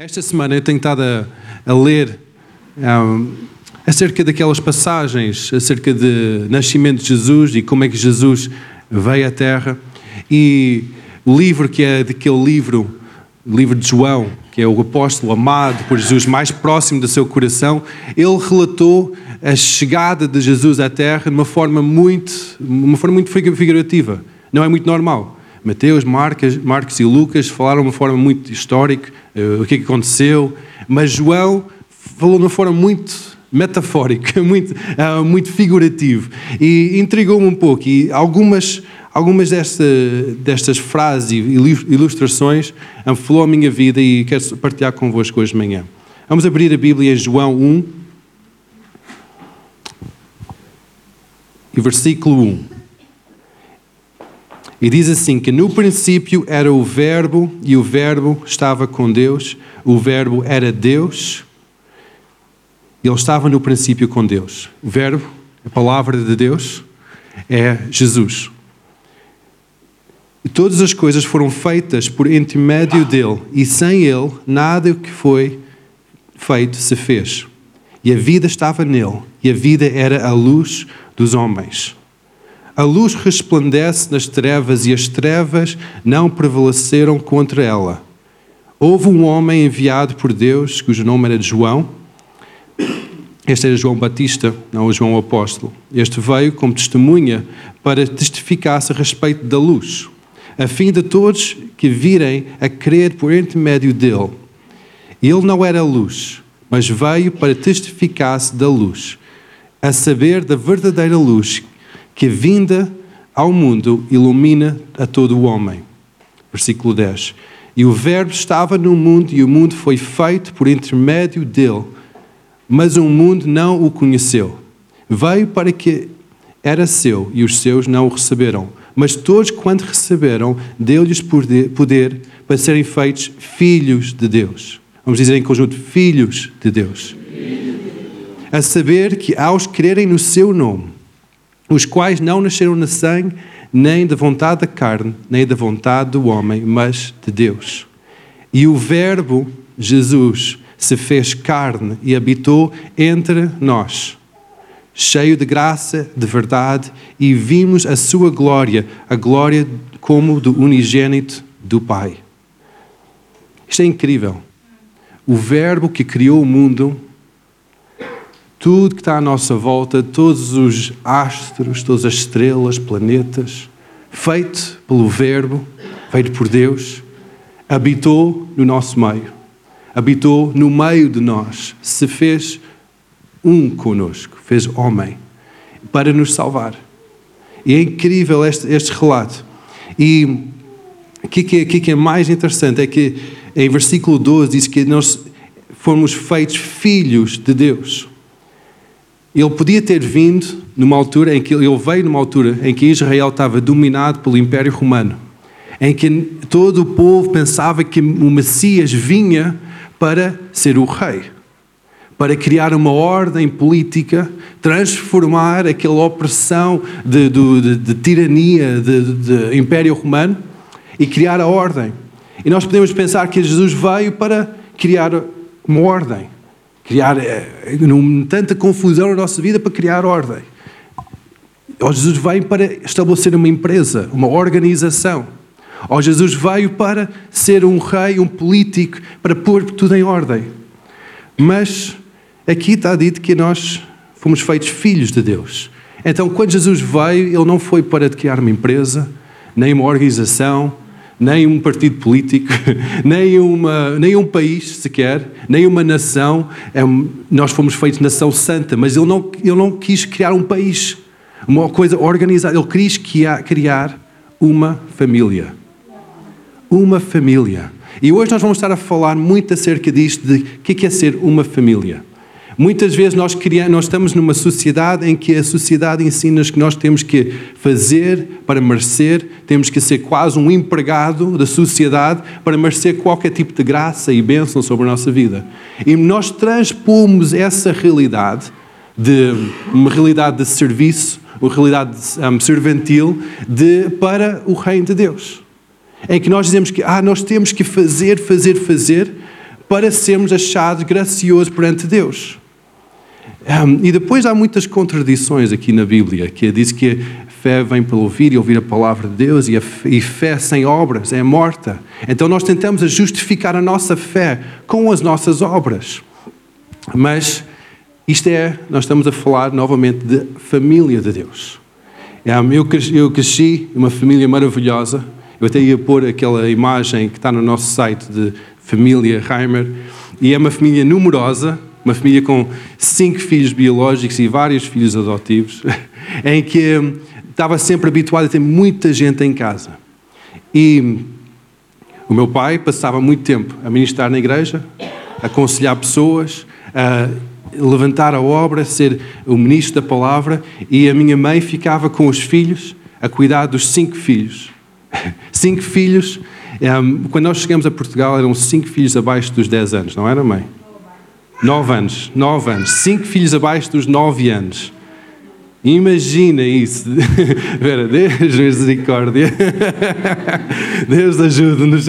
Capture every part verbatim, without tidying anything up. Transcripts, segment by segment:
Esta semana eu tenho estado a, a ler um, acerca daquelas passagens, acerca de nascimento de Jesus e como é que Jesus veio à Terra. E o livro que é daquele livro, o livro de João, que é o apóstolo amado por Jesus, mais próximo do seu coração, ele relatou a chegada de Jesus à Terra de uma forma muito, uma forma muito figurativa. Não é muito normal. Mateus, Marcos, Marcos e Lucas falaram de uma forma muito histórica, uh, o que é que aconteceu, mas João falou de uma forma muito metafórica, muito, uh, muito figurativa, e intrigou-me um pouco, e algumas, algumas desta, destas frases e ilustrações falou a minha vida e quero partilhar convosco hoje de manhã. Vamos abrir a Bíblia em João um, e versículo um. E diz assim, que no princípio era o Verbo, e o Verbo estava com Deus, o Verbo era Deus, e ele estava no princípio com Deus. O Verbo, a palavra de Deus, é Jesus. E todas as coisas foram feitas por intermédio dele, e sem ele, nada que foi feito se fez. E a vida estava nele, e a vida era a luz dos homens. A luz resplandece nas trevas e as trevas não prevaleceram contra ela. Houve um homem enviado por Deus, cujo nome era João. Este era João Batista, não o João Apóstolo. Este veio como testemunha para testificar-se a respeito da luz, a fim de todos que virem a crer por intermédio dele. Ele não era luz, mas veio para testificar-se da luz, a saber da verdadeira luz, que vinda ao mundo ilumina a todo o homem. Versículo dez. E o Verbo estava no mundo e o mundo foi feito por intermédio dele, mas o mundo não o conheceu. Veio para que era seu e os seus não o receberam. Mas todos quanto receberam, deu-lhes poder, poder para serem feitos filhos de Deus. Vamos dizer em conjunto, filhos de Deus. A saber que aos crerem no seu nome, os quais não nasceram de sangue, nem da vontade da carne, nem da vontade do homem, mas de Deus. E o Verbo, Jesus, se fez carne e habitou entre nós, cheio de graça, de verdade, e vimos a sua glória, a glória como do unigênito do Pai. Isto é incrível. O Verbo que criou o mundo, tudo que está à nossa volta, todos os astros, todas as estrelas, planetas, feito pelo Verbo, feito por Deus, habitou no nosso meio, habitou no meio de nós, se fez um conosco, fez homem, para nos salvar. E é incrível este, este relato. E o que, que, que, que é mais interessante é que em versículo doze diz que nós fomos feitos filhos de Deus. Ele podia ter vindo numa altura em que ele veio numa altura em que Israel estava dominado pelo Império Romano, em que todo o povo pensava que o Messias vinha para ser o rei, para criar uma ordem política, transformar aquela opressão de, de, de, de tirania do Império Romano e criar a ordem. E nós podemos pensar que Jesus veio para criar uma ordem. Criar tanta confusão na nossa vida para criar ordem. Ou Jesus veio para estabelecer uma empresa, uma organização. Ou Jesus veio para ser um rei, um político, para pôr tudo em ordem. Mas aqui está dito que nós fomos feitos filhos de Deus. Então, quando Jesus veio, ele não foi para criar uma empresa, nem uma organização, nem um partido político, nem, uma, nem um país sequer, nem uma nação. É, nós fomos feitos nação santa, mas ele não, ele não quis criar um país, uma coisa organizada. Ele quis criar uma família. Uma família. E hoje nós vamos estar a falar muito acerca disto, de o que é ser uma família. Muitas vezes nós, criamos, nós estamos numa sociedade em que a sociedade ensina-nos que nós temos que fazer para merecer, temos que ser quase um empregado da sociedade para merecer qualquer tipo de graça e bênção sobre a nossa vida. E nós transpomos essa realidade, de uma realidade de serviço, uma realidade um, serventil, de, para o reino de Deus. Em que nós dizemos que ah, nós temos que fazer, fazer, fazer para sermos achados graciosos perante Deus. Um, e depois há muitas contradições aqui na Bíblia, que diz que a fé vem pelo ouvir e ouvir a palavra de Deus, e a fé, e fé sem obras é morta. Então nós tentamos a justificar a nossa fé com as nossas obras. Mas isto é, nós estamos a falar novamente de família de Deus. Um, eu, cresci, eu cresci uma família maravilhosa. Eu até ia pôr aquela imagem que está no nosso site de família Reimer, e é uma família numerosa, uma família com cinco filhos biológicos e vários filhos adotivos, em que hum, estava sempre habituado a ter muita gente em casa. E o meu pai passava muito tempo a ministrar na igreja, a aconselhar pessoas, a levantar a obra, ser o ministro da palavra, e a minha mãe ficava com os filhos, a cuidar dos cinco filhos. Cinco filhos, um, quando nós chegamos a Portugal eram cinco filhos abaixo dos dez anos, não era, mãe? Nove anos, nove anos, cinco filhos abaixo dos nove anos. Imagina isso. Vera, Deus misericórdia. Deus ajude-nos.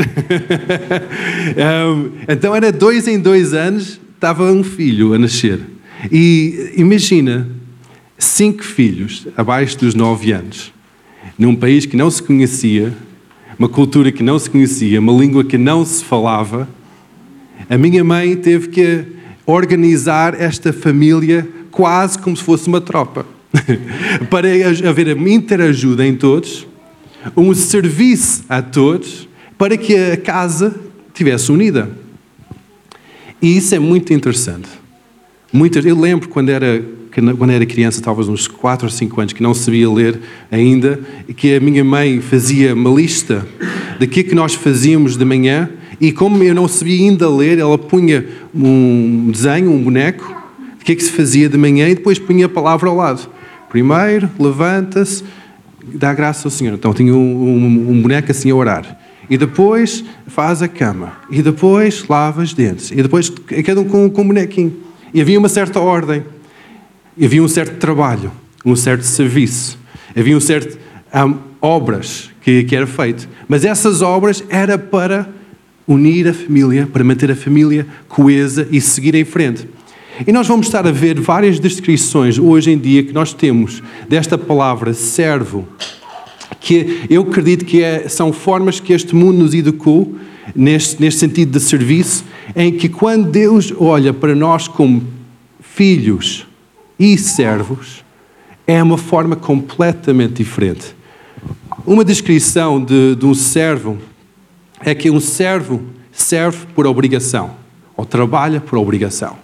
Um, então era dois em dois anos, estava um filho a nascer. E imagina, cinco filhos abaixo dos nove anos, num país que não se conhecia, uma cultura que não se conhecia, uma língua que não se falava. A minha mãe teve que organizar esta família quase como se fosse uma tropa. Para haver uma interajuda em todos, um serviço a todos, para que a casa estivesse unida. E isso é muito interessante. Muito, eu lembro quando era, quando era criança, talvez uns quatro ou cinco anos, que não sabia ler ainda, que a minha mãe fazia uma lista daquilo que nós fazíamos de manhã, e como eu não sabia ainda ler, ela punha um desenho, um boneco, de que é que se fazia de manhã, e depois punha a palavra ao lado. Primeiro, levanta-se, dá graça ao Senhor. Então tinha um, um, um boneco assim a orar. E depois faz a cama. E depois lava os dentes. E depois cada um com, com um bonequinho. E havia uma certa ordem. E havia um certo trabalho. Um certo serviço. Havia um certo um, obras que, que era feito. Mas essas obras era para unir a família, para manter a família coesa e seguir em frente. E nós vamos estar a ver várias descrições hoje em dia que nós temos desta palavra servo, que eu acredito que é, são formas que este mundo nos educou, neste, neste sentido de serviço, em que quando Deus olha para nós como filhos e servos, é uma forma completamente diferente. Uma descrição de, de um servo é que um servo serve por obrigação, ou trabalha por obrigação.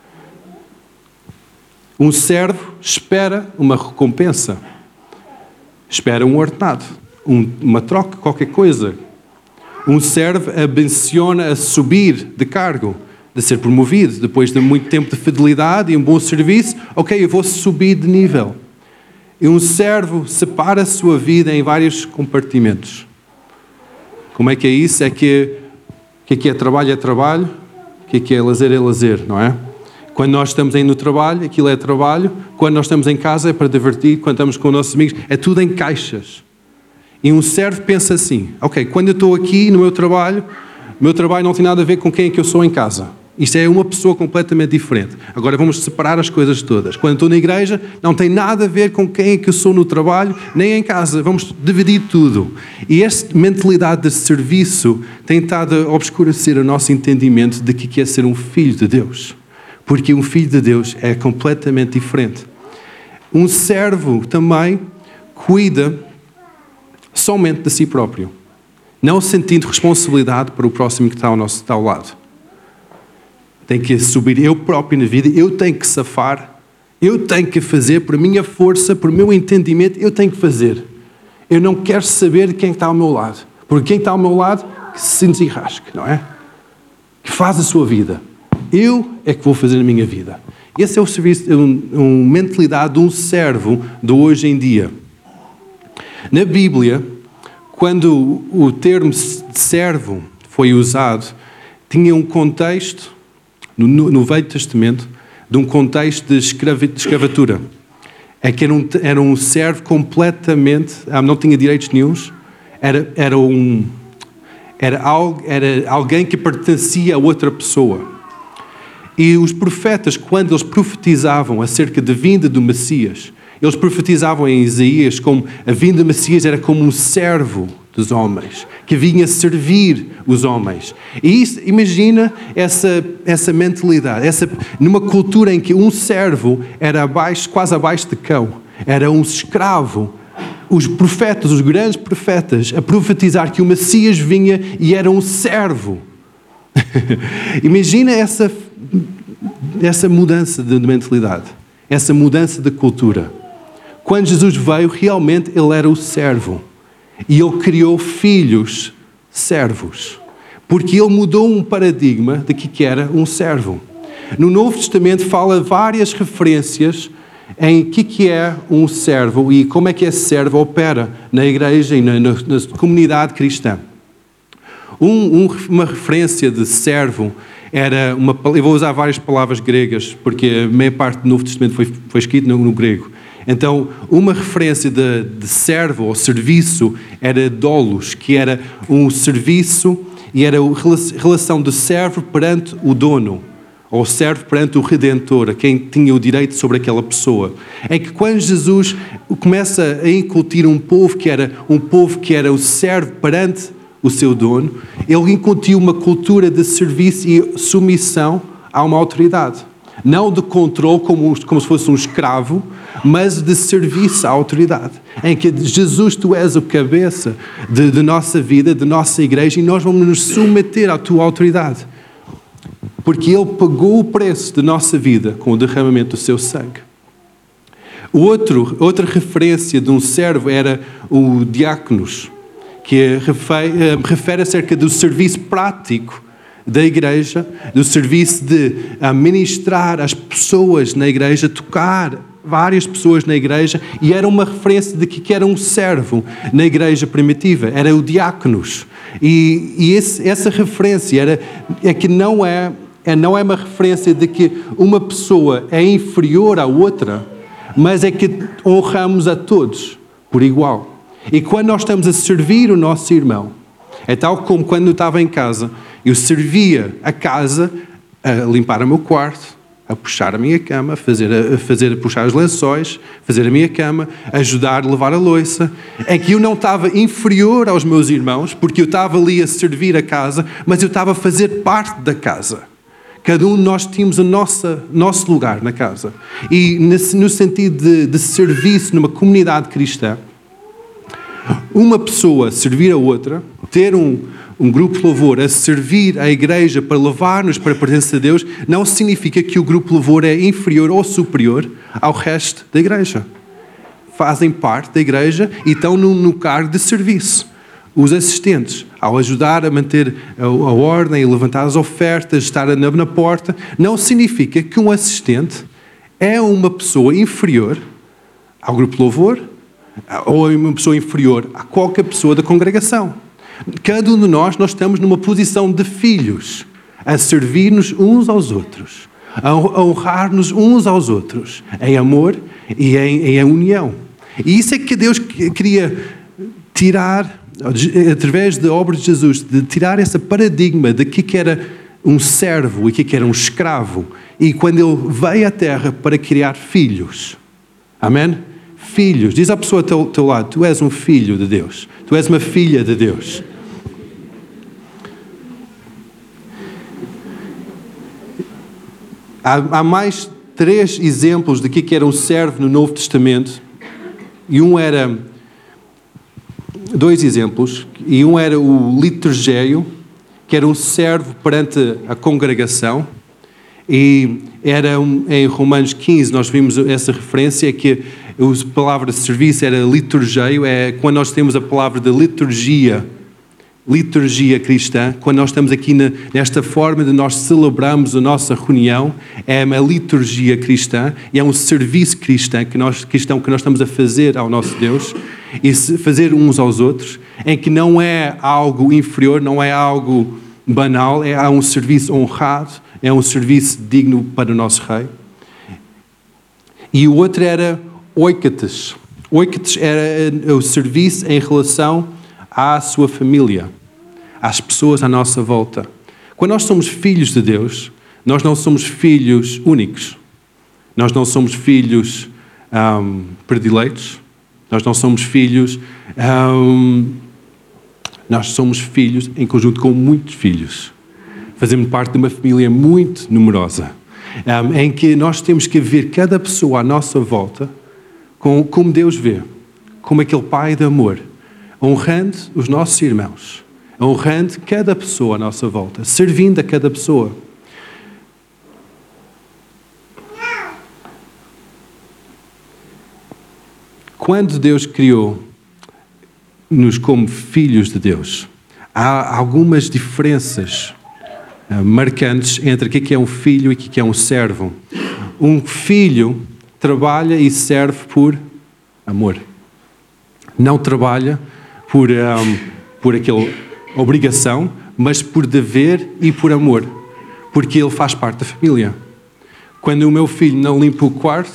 Um servo espera uma recompensa, espera um ordenado, um, uma troca, qualquer coisa. Um servo ambiciona a subir de cargo, de ser promovido, depois de muito tempo de fidelidade e um bom serviço, ok, eu vou subir de nível. E um servo separa a sua vida em vários compartimentos. Como é que é isso? É que o que é, que é trabalho é trabalho, o que é, que é lazer é lazer, não é? Quando nós estamos aí no trabalho, aquilo é trabalho. Quando nós estamos em casa é para divertir. Quando estamos com os nossos amigos, é tudo em caixas. E um servo pensa assim, ok, quando eu estou aqui no meu trabalho, o meu trabalho não tem nada a ver com quem é que eu sou em casa. Isto é uma pessoa completamente diferente. Agora vamos separar as coisas todas. Quando estou na igreja, não tem nada a ver com quem é que eu sou no trabalho, nem em casa. Vamos dividir tudo. E esta mentalidade de serviço tem estado a obscurecer o nosso entendimento de que é ser um filho de Deus. Porque um filho de Deus é completamente diferente. Um servo também cuida somente de si próprio, não sentindo responsabilidade para o próximo que está ao nosso está ao lado. Tem que subir eu próprio na vida, eu tenho que safar, eu tenho que fazer por minha força, por meu entendimento, eu tenho que fazer. Eu não quero saber de quem está ao meu lado, porque quem está ao meu lado que se desenrasque, não é? Que faz a sua vida. Eu é que vou fazer a minha vida. Esse é o serviço, um, uma mentalidade de um servo de hoje em dia. Na Bíblia, quando o termo servo foi usado, tinha um contexto, no, no Velho Testamento, de um contexto de, escravi, de escravatura. É que era um, era um servo completamente, não tinha direitos nenhuns, era, era um... Era, algo, era alguém que pertencia a outra pessoa. E os profetas, quando eles profetizavam acerca da vinda do Messias, eles profetizavam em Isaías como a vinda do Messias era como um servo dos homens, que vinha servir os homens. E isso, imagina essa, essa mentalidade, essa, numa cultura em que um servo era abaixo, quase abaixo de cão, era um escravo. Os profetas, os grandes profetas, a profetizar que o Messias vinha e era um servo. Imagina essa, essa mudança de mentalidade, essa mudança de cultura. Quando Jesus veio, realmente ele era o servo. E ele criou filhos servos. Porque ele mudou um paradigma de que era um servo. No Novo Testamento fala várias referências em o que, que é um servo e como é que esse servo opera na igreja e na, na, na comunidade cristã. Um, um, uma referência de servo era uma... Eu vou usar várias palavras gregas, porque a meia parte do Novo Testamento foi, foi escrito no, no grego. Então, uma referência de, de servo ou serviço era dolos, que era um serviço e era a relação do servo perante o dono, ou servo perante o Redentor, a quem tinha o direito sobre aquela pessoa. É que quando Jesus começa a incutir um povo que era um povo que era o servo perante o seu dono, ele incutiu uma cultura de serviço e submissão a uma autoridade. Não de controle como, como se fosse um escravo, mas de serviço à autoridade. Em que Jesus, tu és o cabeça de, de nossa vida, de nossa igreja, e nós vamos nos submeter à tua autoridade. Porque Ele pagou o preço de nossa vida com o derramamento do seu sangue. O outro, outra referência de um servo era o diáconos, que refere, refere acerca do serviço prático da igreja, do serviço de ministrar as pessoas na igreja, tocar várias pessoas na igreja, e era uma referência de que era um servo na igreja primitiva, era o diáconos. E, e esse, essa referência era, é que não é, é, não é uma referência de que uma pessoa é inferior à outra, mas é que honramos a todos por igual. E quando nós estamos a servir o nosso irmão, é tal como quando eu estava em casa, eu servia a casa a limpar o meu quarto, a puxar a minha cama, a fazer, a fazer, a puxar os lençóis, fazer a minha cama, ajudar a levar a louça. É que eu não estava inferior aos meus irmãos, porque eu estava ali a servir a casa, mas eu estava a fazer parte da casa. Cada um de nós tínhamos o nosso, nosso lugar na casa. E nesse, no sentido de, de serviço numa comunidade cristã, uma pessoa servir a outra, ter um, um grupo de louvor a servir a igreja para levar-nos para a presença de Deus, não significa que o grupo de louvor é inferior ou superior ao resto da igreja. Fazem parte da igreja e estão no, no cargo de serviço. Os assistentes, ao ajudar a manter a, a ordem e levantar as ofertas, estar na, na porta, não significa que um assistente é uma pessoa inferior ao grupo de louvor ou é uma pessoa inferior a qualquer pessoa da congregação. Cada um de nós, nós estamos numa posição de filhos, a servir-nos uns aos outros, a honrar-nos uns aos outros, em amor e em, em união. E isso é que Deus queria tirar, através da obra de Jesus, de tirar esse paradigma de que era um servo e que era um escravo, e quando Ele veio à terra para criar filhos. Amém? Filhos. Diz à pessoa ao teu, teu lado, tu és um filho de Deus. Tu és uma filha de Deus. Há, há mais três exemplos de que era um servo no Novo Testamento. E um era... Dois exemplos. E um era o liturgéio, que era um servo perante a congregação. E era um, em Romanos quinze, nós vimos essa referência, que a palavra de serviço era liturgeio, é quando nós temos a palavra de liturgia, liturgia cristã, quando nós estamos aqui na, nesta forma de nós celebrarmos a nossa reunião, é uma liturgia cristã, e é um serviço cristão que nós, cristão que nós estamos a fazer ao nosso Deus, e fazer uns aos outros, em que não é algo inferior, não é algo banal, é um serviço honrado, é um serviço digno para o nosso Rei. E o outro era oikates. Oikates era o serviço em relação à sua família. às pessoas à nossa volta. Quando nós somos filhos de Deus, nós não somos filhos únicos. Nós não somos filhos um, prediletos. Nós não somos filhos... Um, nós somos filhos em conjunto com muitos filhos. Fazemos parte de uma família muito numerosa, um, em que nós temos que ver cada pessoa à nossa volta com, como Deus vê, como aquele Pai de amor, honrando os nossos irmãos, honrando cada pessoa à nossa volta, servindo a cada pessoa. Quando Deus criou-nos como filhos de Deus, há algumas diferenças uh, marcantes entre o que é um filho e o que é um servo. Um filho trabalha e serve por amor. Não trabalha por, um, por aquela obrigação, mas por dever e por amor. Porque ele faz parte da família. Quando o meu filho não limpa o quarto,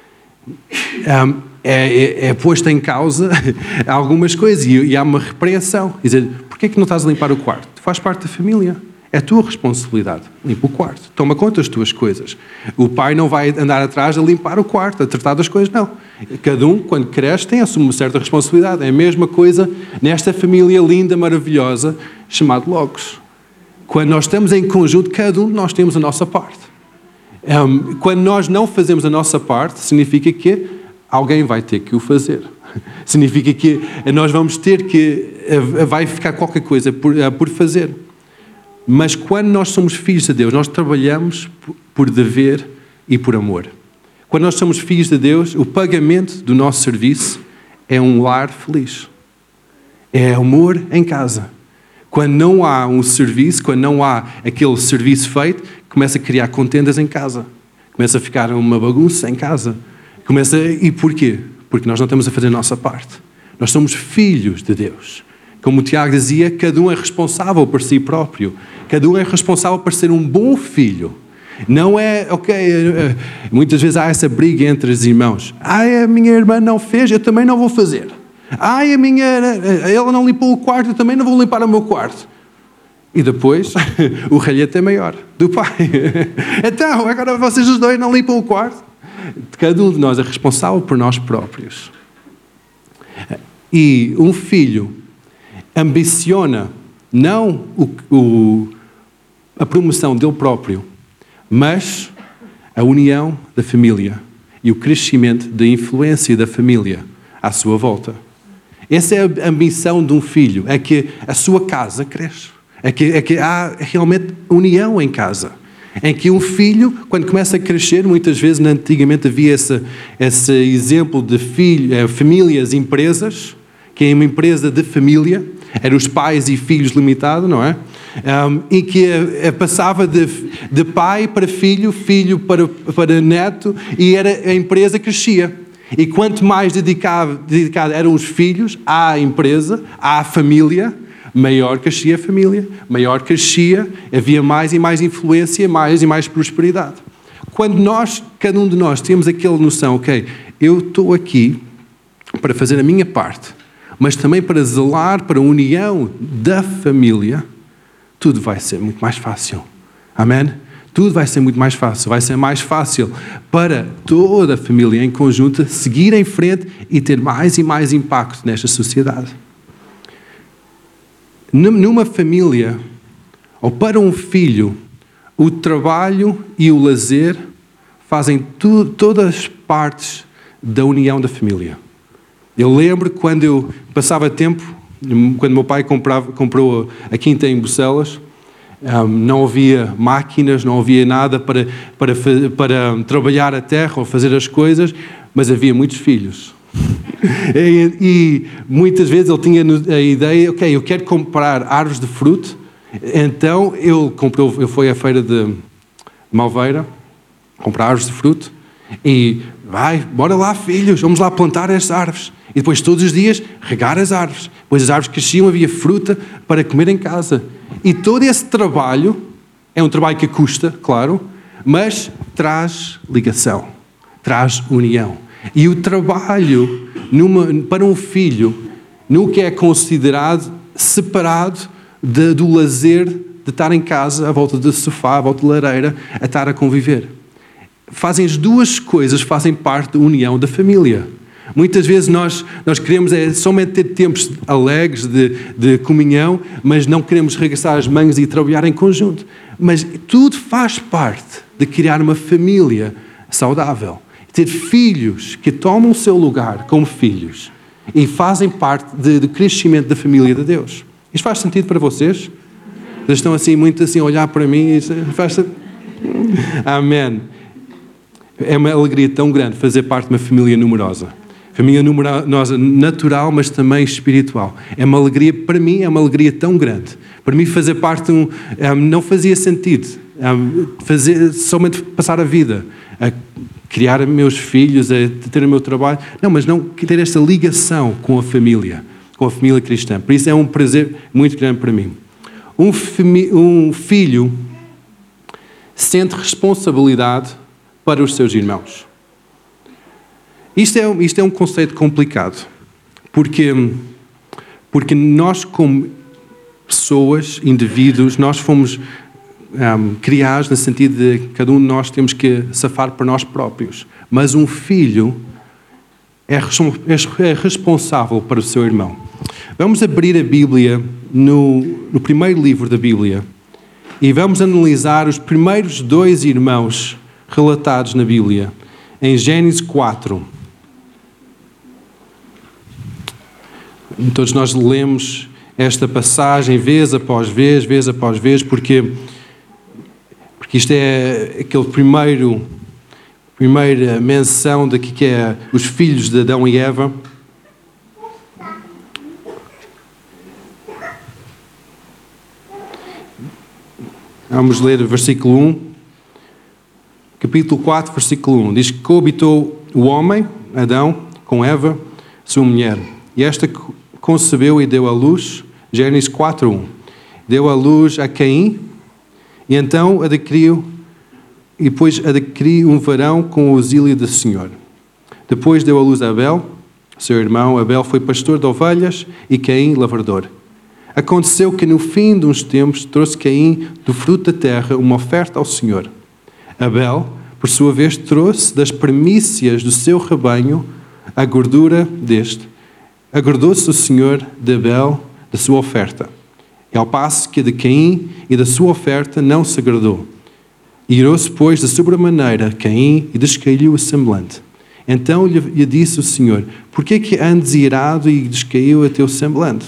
um, é, é, é posto em causa algumas coisas e, e há uma repreensão. Dizer, porquê é que não estás a limpar o quarto? Tu fazes parte da família. É a tua responsabilidade. Limpa o quarto. Toma conta das tuas coisas. O pai não vai andar atrás a limpar o quarto, a tratar das coisas, não. Cada um, quando cresce, tem uma certa responsabilidade. É a mesma coisa nesta família linda, maravilhosa, chamada Logos. Quando nós estamos em conjunto, cada um de nós temos a nossa parte. Um, quando nós não fazemos a nossa parte, significa que alguém vai ter que o fazer. Significa que nós vamos ter que... vai ficar qualquer coisa por, por fazer. Mas quando nós somos filhos de Deus, nós trabalhamos por dever e por amor. Quando nós somos filhos de Deus, o pagamento do nosso serviço é um lar feliz. É amor em casa. Quando não há um serviço, quando não há aquele serviço feito, começa a criar contendas em casa. Começa a ficar uma bagunça em casa. Começa... E porquê? Porque nós não estamos a fazer a nossa parte. Nós somos filhos de Deus. Como o Tiago dizia, cada um é responsável por si próprio. Cada um é responsável por ser um bom filho. Não é, ok, muitas vezes há essa briga entre os irmãos. Ai, a minha irmã não fez, eu também não vou fazer. Ai, a minha, ela não limpou o quarto, eu também não vou limpar o meu quarto. E depois, o ralhete é maior, do pai. Então, agora vocês os dois não limpam o quarto. Cada um de nós é responsável por nós próprios. E um filho ambiciona não o, o, a promoção dele próprio, mas a união da família e o crescimento da influência da família à sua volta. Essa é a ambição de um filho, é que a sua casa cresce, é que, é que há realmente união em casa, em que um filho, quando começa a crescer, muitas vezes antigamente havia esse, esse exemplo de filho, famílias, empresas, que é uma empresa de família, eram os pais e filhos limitado, não é? Um, e que uh, passava de, de pai para filho, filho para, para neto, e era, a empresa crescia. E quanto mais dedicado, dedicado eram os filhos à empresa, à família, maior crescia a família, maior crescia, havia mais e mais influência, mais e mais prosperidade. Quando nós, cada um de nós, temos aquela noção, ok, eu estou aqui para fazer a minha parte, mas também para zelar para a união da família, tudo vai ser muito mais fácil. Amém? Tudo vai ser muito mais fácil. Vai ser mais fácil para toda a família em conjunto seguir em frente e ter mais e mais impacto nesta sociedade. Numa família, ou para um filho, o trabalho e o lazer fazem tu, todas as partes da união da família. Eu lembro quando eu passava tempo, quando meu pai comprava, comprou a quinta em Bucelas, um, não havia máquinas, não havia nada para, para, para trabalhar a terra ou fazer as coisas, mas havia muitos filhos. e, e muitas vezes ele tinha a ideia, ok, eu quero comprar árvores de fruto, então ele comprou, eu fui à feira de Malveira, comprar árvores de fruto, e vai, bora lá filhos, vamos lá plantar as árvores. E depois todos os dias regar as árvores. Depois as árvores cresciam, havia fruta para comer em casa. E todo esse trabalho, é um trabalho que custa, claro, mas traz ligação, traz união. E o trabalho numa, para um filho, no que é considerado separado de, do lazer de estar em casa, à volta do sofá, à volta da lareira, a estar a conviver. Fazem as duas coisas, fazem parte da união da família. Muitas vezes nós, nós queremos é somente ter tempos alegres de, de comunhão, mas não queremos regressar às mãos e trabalhar em conjunto. Mas tudo faz parte de criar uma família saudável. Ter filhos que tomam o seu lugar como filhos e fazem parte de, do crescimento da família de Deus. Isto faz sentido para vocês? Eles estão assim, muito assim, a olhar para mim e faz Amém. É uma alegria tão grande fazer parte de uma família numerosa. Família numerosa natural, mas também espiritual. É uma alegria, para mim, é uma alegria tão grande. Para mim, fazer parte de um... um não fazia sentido. Um, fazer, somente passar a vida a criar meus filhos, a ter o meu trabalho. Não, mas não ter esta ligação com a família, com a família cristã. Por isso é um prazer muito grande para mim. Um, fami- um filho sente responsabilidade para os seus irmãos. Isto é, isto é um conceito complicado, porque, porque nós como pessoas, indivíduos, nós fomos um, criados no sentido de que cada um de nós temos que safar para nós próprios. Mas um filho é, é responsável para o seu irmão. Vamos abrir a Bíblia no, no primeiro livro da Bíblia e vamos analisar os primeiros dois irmãos relatados na Bíblia, em Gênesis quatro. Todos nós lemos esta passagem vez após vez, vez após vez, porque, porque isto é aquele primeiro, primeira menção daqui que é os filhos de Adão e Eva. Vamos ler o versículo um, capítulo quatro, versículo um. Diz que coabitou o homem, Adão, com Eva, sua mulher, e esta concebeu e deu à luz, Gênesis quatro, um. Deu à luz a Caim, e então adquiriu, e depois adquiriu um varão com o auxílio do Senhor. Depois deu à luz a Abel, seu irmão. Abel foi pastor de ovelhas e Caim lavrador. Aconteceu que no fim de uns tempos trouxe Caim do fruto da terra uma oferta ao Senhor. Abel, por sua vez, trouxe das primícias do seu rebanho a gordura deste. Agradou-se o Senhor de Abel da sua oferta, e ao passo que de Caim e da sua oferta não se agradou. Irou-se, pois, de sobremaneira Caim e descaiu o semblante. Então lhe, lhe disse o Senhor: por que que andes irado e descaiu a teu semblante?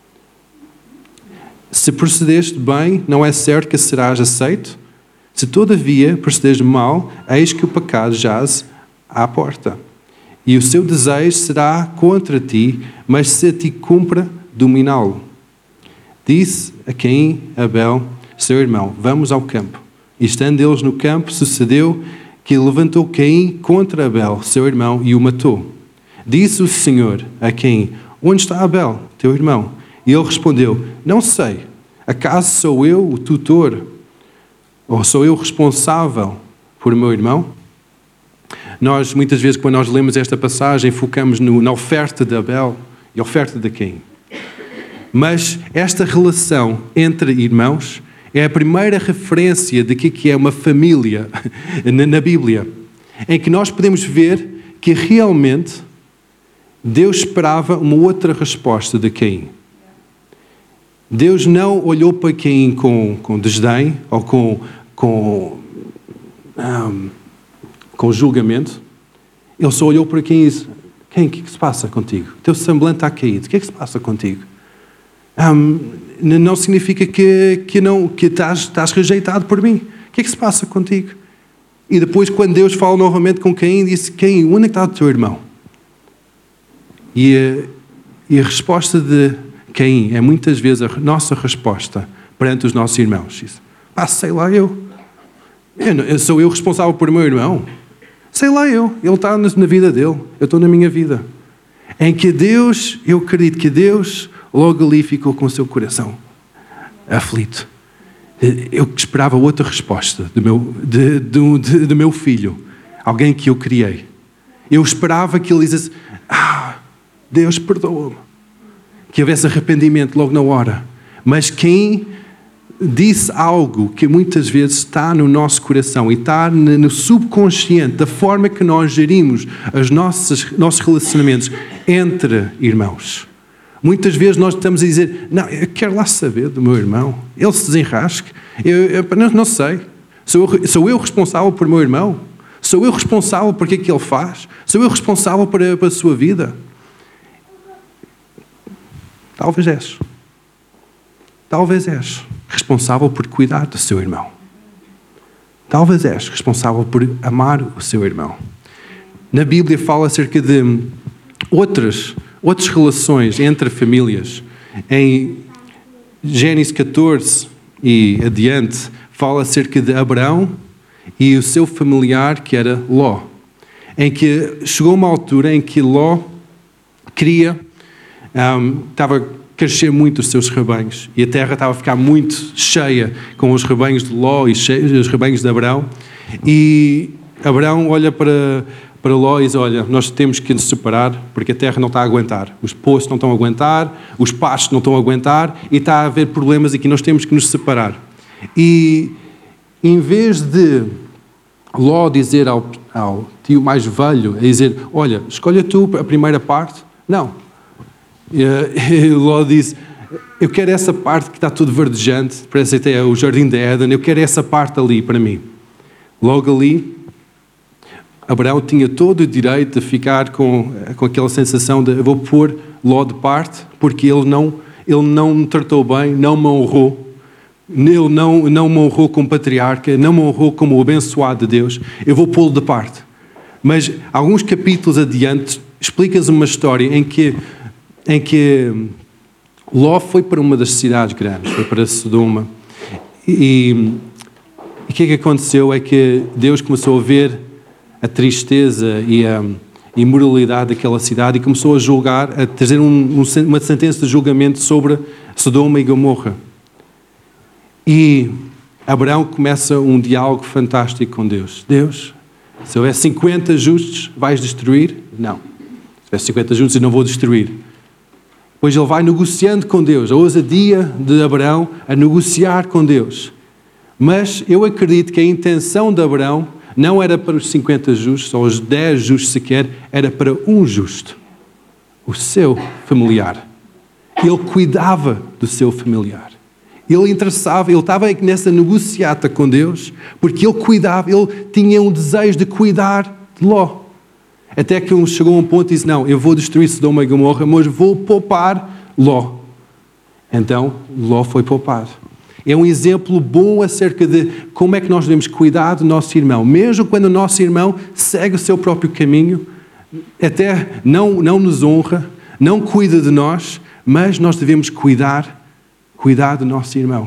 Se procedeste bem, não é certo que serás aceito? Se todavia procederes mal, eis que o pecado jaz à porta. E o seu desejo será contra ti, mas se a ti cumpra, dominá-lo. Disse a Caim, Abel, seu irmão: vamos ao campo. E estando eles no campo, sucedeu que levantou Caim contra Abel, seu irmão, e o matou. Disse o Senhor a Caim: onde está Abel, teu irmão? E ele respondeu: não sei. Acaso sou eu o tutor? Ou sou eu responsável por meu irmão? Nós, muitas vezes, quando nós lemos esta passagem, focamos no, na oferta de Abel e a oferta de Caim. Mas esta relação entre irmãos é a primeira referência de que é uma família na, na Bíblia, em que nós podemos ver que realmente Deus esperava uma outra resposta de Caim. Deus não olhou para Caim com, com desdém ou com, com, um, com julgamento. Ele só olhou para Caim e disse: Caim, o que é que se passa contigo? O teu semblante está caído. O que é que se passa contigo? Um, não significa que, que, não, que estás, estás rejeitado por mim. O que é que se passa contigo? E depois, quando Deus fala novamente com Caim, disse: Caim, onde é que está o teu irmão? E a, e a resposta de Caim é muitas vezes a nossa resposta perante os nossos irmãos. Diz: pá, sei lá eu. eu, não, eu sou eu responsável por meu irmão? Sei lá eu. Ele está na vida dele. Eu estou na minha vida. Em que Deus, eu acredito que Deus logo ali ficou com o seu coração aflito. Eu esperava outra resposta do meu, de, de, de, do meu filho. Alguém que eu criei. Eu esperava que ele dissesse: ah, Deus perdoa-me. Que houvesse arrependimento logo na hora. Mas quem disse algo que muitas vezes está no nosso coração e está no subconsciente da forma que nós gerimos os nossos, nossos relacionamentos entre irmãos. Muitas vezes nós estamos a dizer, não, eu quero lá saber do meu irmão, ele se desenrasque, eu, eu não, não sei, sou eu, sou eu responsável por meu irmão? Sou eu responsável por aquilo que ele faz? Sou eu responsável por a, por a sua vida? Talvez és. Talvez és responsável por cuidar do seu irmão. Talvez és responsável por amar o seu irmão. Na Bíblia fala acerca de outras, outras relações entre famílias. Em Gênesis catorze e adiante, fala acerca de Abraão e o seu familiar, que era Ló. Em que chegou uma altura em que Ló queria, um, estava a crescer muito os seus rebanhos, e a terra estava a ficar muito cheia com os rebanhos de Ló e os rebanhos de Abraão. E Abraão olha para, para Ló e diz, olha, nós temos que nos separar, porque a terra não está a aguentar. Os poços não estão a aguentar, os pastos não estão a aguentar, e está a haver problemas aqui, nós temos que nos separar. E em vez de Ló dizer ao, ao tio mais velho, a dizer, olha, escolha tu a primeira parte, não. E Ló disse, eu quero essa parte que está tudo verdejante, parece até o Jardim de Éden, eu quero essa parte ali para mim. Logo ali, Abraão tinha todo o direito de ficar com, com aquela sensação de, eu vou pôr Ló de parte, porque ele não, ele não me tratou bem, não me honrou. Ele não, não me honrou como patriarca, não me honrou como o abençoado de Deus, eu vou pô-lo de parte. Mas alguns capítulos adiante, explicas uma história em que, em que Ló foi para uma das cidades grandes, foi para Sodoma, e o que é que aconteceu é que Deus começou a ver a tristeza e a imoralidade daquela cidade e começou a julgar, a trazer um, um, uma sentença de julgamento sobre Sodoma e Gomorra. E Abraão começa um diálogo fantástico com Deus. Deus, se houver cinquenta justos, vais destruir? Não. Se houver cinquenta justos, eu não vou destruir. Depois ele vai negociando com Deus. A ousadia de Abraão a negociar com Deus. Mas eu acredito que a intenção de Abraão não era para os cinquenta justos, ou os dez justos sequer, era para um justo. O seu familiar. Ele cuidava do seu familiar. Ele interessava, ele estava nessa negociata com Deus, porque ele cuidava, ele tinha um desejo de cuidar de Ló. Até que ele chegou a um ponto e disse, não, eu vou destruir Sodoma e Gomorra, mas vou poupar Ló. Então, Ló foi poupado. É um exemplo bom acerca de como é que nós devemos cuidar do nosso irmão. Mesmo quando o nosso irmão segue o seu próprio caminho, até não, não nos honra, não cuida de nós, mas nós devemos cuidar Cuidar do nosso irmão.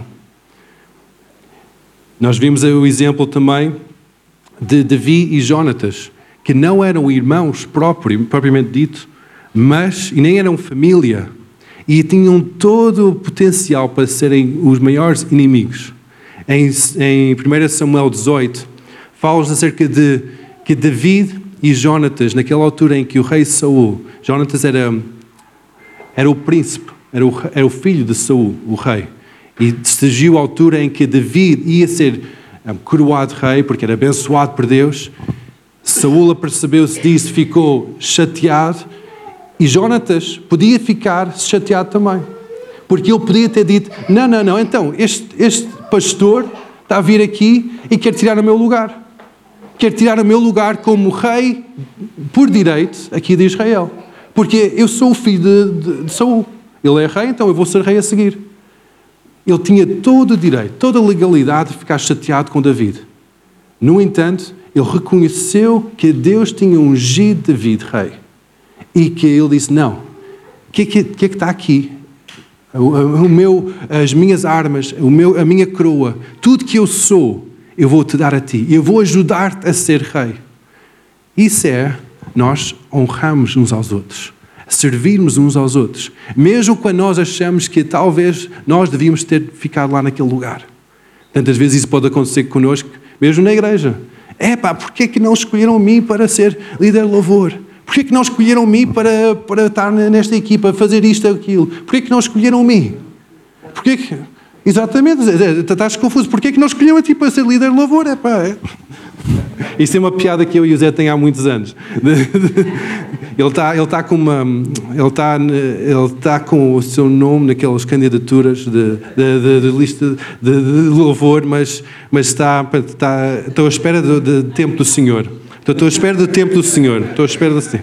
Nós vimos o exemplo também de Davi e Jonatas, que não eram irmãos próprios, propriamente dito, mas e nem eram família, e tinham todo o potencial para serem os maiores inimigos. Em, em primeiro Samuel dezoito, fala-nos acerca de que Davi e Jonatas, naquela altura em que o rei Saul, Jonatas era, era o príncipe, Era o, era o filho de Saul, o rei. E surgiu a altura em que Davi ia ser um, coroado rei, porque era abençoado por Deus. Saul apercebeu-se disso, ficou chateado. E Jonatas podia ficar chateado também. Porque ele podia ter dito, não, não, não, então, este, este pastor está a vir aqui e quer tirar o meu lugar. Quer tirar o meu lugar como rei, por direito, aqui de Israel. Porque eu sou o filho de, de, de Saul. Ele é rei, então eu vou ser rei a seguir. Ele tinha todo o direito, toda a legalidade de ficar chateado com David. No entanto, ele reconheceu que Deus tinha ungido David rei. E que ele disse, não, o que, que, que é que está aqui? O, o meu, as minhas armas, o meu, a minha coroa, tudo que eu sou, eu vou te dar a ti. Eu vou ajudar-te a ser rei. Isso é, nós honramos uns aos outros. Servirmos uns aos outros, mesmo quando nós achamos que talvez nós devíamos ter ficado lá naquele lugar. Tantas vezes isso pode acontecer connosco, mesmo na igreja. É pá, porquê é que não escolheram mim para ser líder de louvor? Porquê é que não escolheram mim para, para estar nesta equipa, fazer isto ou aquilo? Porquê é que não escolheram mim? Porquê que... Exatamente, estás confuso. Porquê que não escolheu a ti para ser líder de louvor? É pá, é. Isso é uma piada que eu e o Zé têm há muitos anos. Ele está, ele está com uma, ele está, ele está com o seu nome naquelas candidaturas de, de, de, de lista de, de louvor, mas, mas está, está, estou à espera do, do tempo do Senhor. Estou, estou à espera do tempo do Senhor. Estou à espera do Senhor.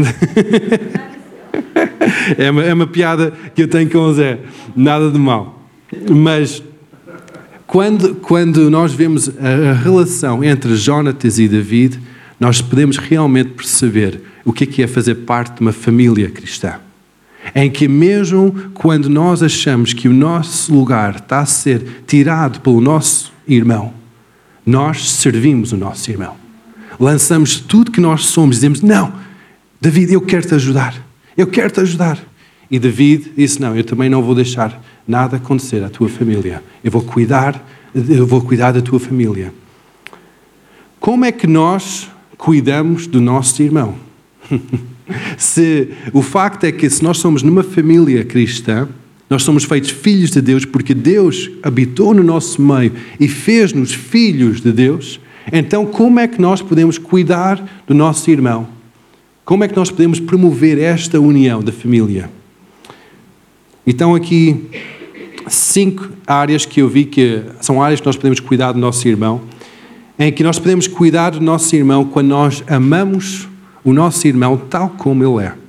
É uma, é uma piada que eu tenho com o Zé. Nada de mal. Mas quando, quando nós vemos a, a relação entre Jonatas e David, nós podemos realmente perceber o que é, que é fazer parte de uma família cristã. Em que mesmo quando nós achamos que o nosso lugar está a ser tirado pelo nosso irmão, nós servimos o nosso irmão. Lançamos tudo que nós somos, dizemos, não, David, eu quero te ajudar. Eu quero te ajudar. E David disse, não, eu também não vou deixar nada acontecer à tua família. Eu vou cuidar, eu vou cuidar da tua família. Como é que nós cuidamos do nosso irmão? Se o facto é que se nós somos numa família cristã, nós somos feitos filhos de Deus porque Deus habitou no nosso meio e fez-nos filhos de Deus, então como é que nós podemos cuidar do nosso irmão? Como é que nós podemos promover esta união da família? Então aqui cinco áreas que eu vi que são áreas que nós podemos cuidar do nosso irmão, em que nós podemos cuidar do nosso irmão quando nós amamos o nosso irmão tal como ele é.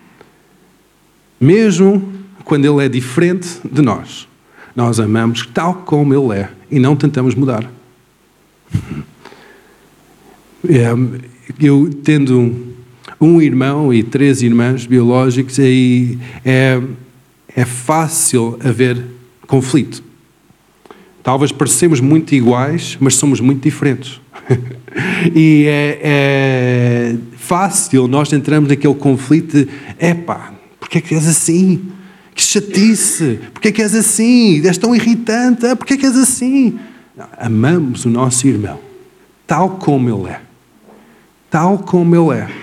Mesmo quando ele é diferente de nós, nós amamos tal como ele é e não tentamos mudar. Eu tendo um irmão e três irmãs biológicos, aí é, é fácil haver conflito. Talvez parecemos muito iguais, mas somos muito diferentes. E é, é fácil nós entrarmos naquele conflito de epá, porquê é que és assim? Que chatice! Porquê é que és assim? És tão irritante! Ah, porquê é que és assim? Não, amamos o nosso irmão tal como ele é. Tal como ele é.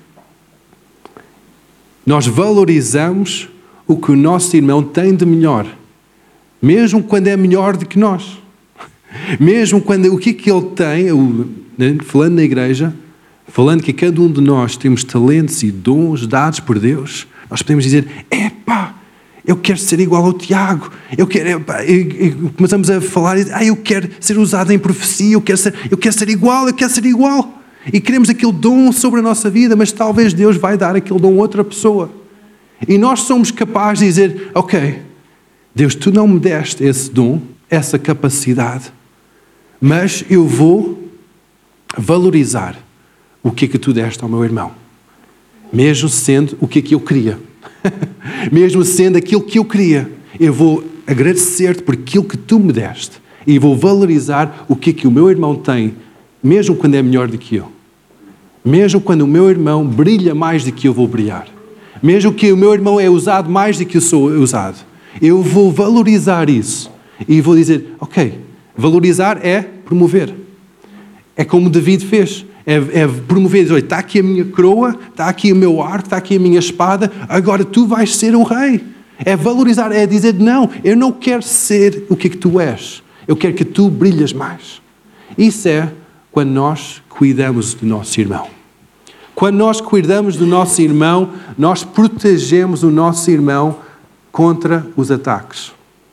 Nós valorizamos o que o nosso irmão tem de melhor, mesmo quando é melhor do que nós. Mesmo quando o que é que ele tem, falando na igreja, falando que cada um de nós temos talentos e dons dados por Deus, nós podemos dizer, epá, eu quero ser igual ao Tiago, eu quero, epá, e, e começamos a falar, ah, eu quero ser usado em profecia, eu quero ser, eu quero ser igual, eu quero ser igual. E queremos aquele dom sobre a nossa vida, mas talvez Deus vai dar aquele dom a outra pessoa. E nós somos capazes de dizer, ok, Deus, tu não me deste esse dom, essa capacidade, mas eu vou valorizar o que é que tu deste ao meu irmão. Mesmo sendo o que é que eu queria. Mesmo sendo aquilo que eu queria. Eu vou agradecer-te por aquilo que tu me deste. E vou valorizar o que é que o meu irmão tem, mesmo quando é melhor do que eu. Mesmo quando o meu irmão brilha mais do que eu vou brilhar. Mesmo que o meu irmão é usado mais do que eu sou usado. Eu vou valorizar isso. E vou dizer, ok, valorizar é promover. É como David fez. É, é promover, dizer, olha, está aqui a minha coroa, está aqui o meu arco, está aqui a minha espada, agora tu vais ser o rei. É valorizar, é dizer, não, eu não quero ser o que é que tu és. Eu quero que tu brilhes mais. Isso é quando nós cuidamos do nosso irmão. Quando nós cuidamos do nosso irmão, nós protegemos o nosso irmão contra os ataques.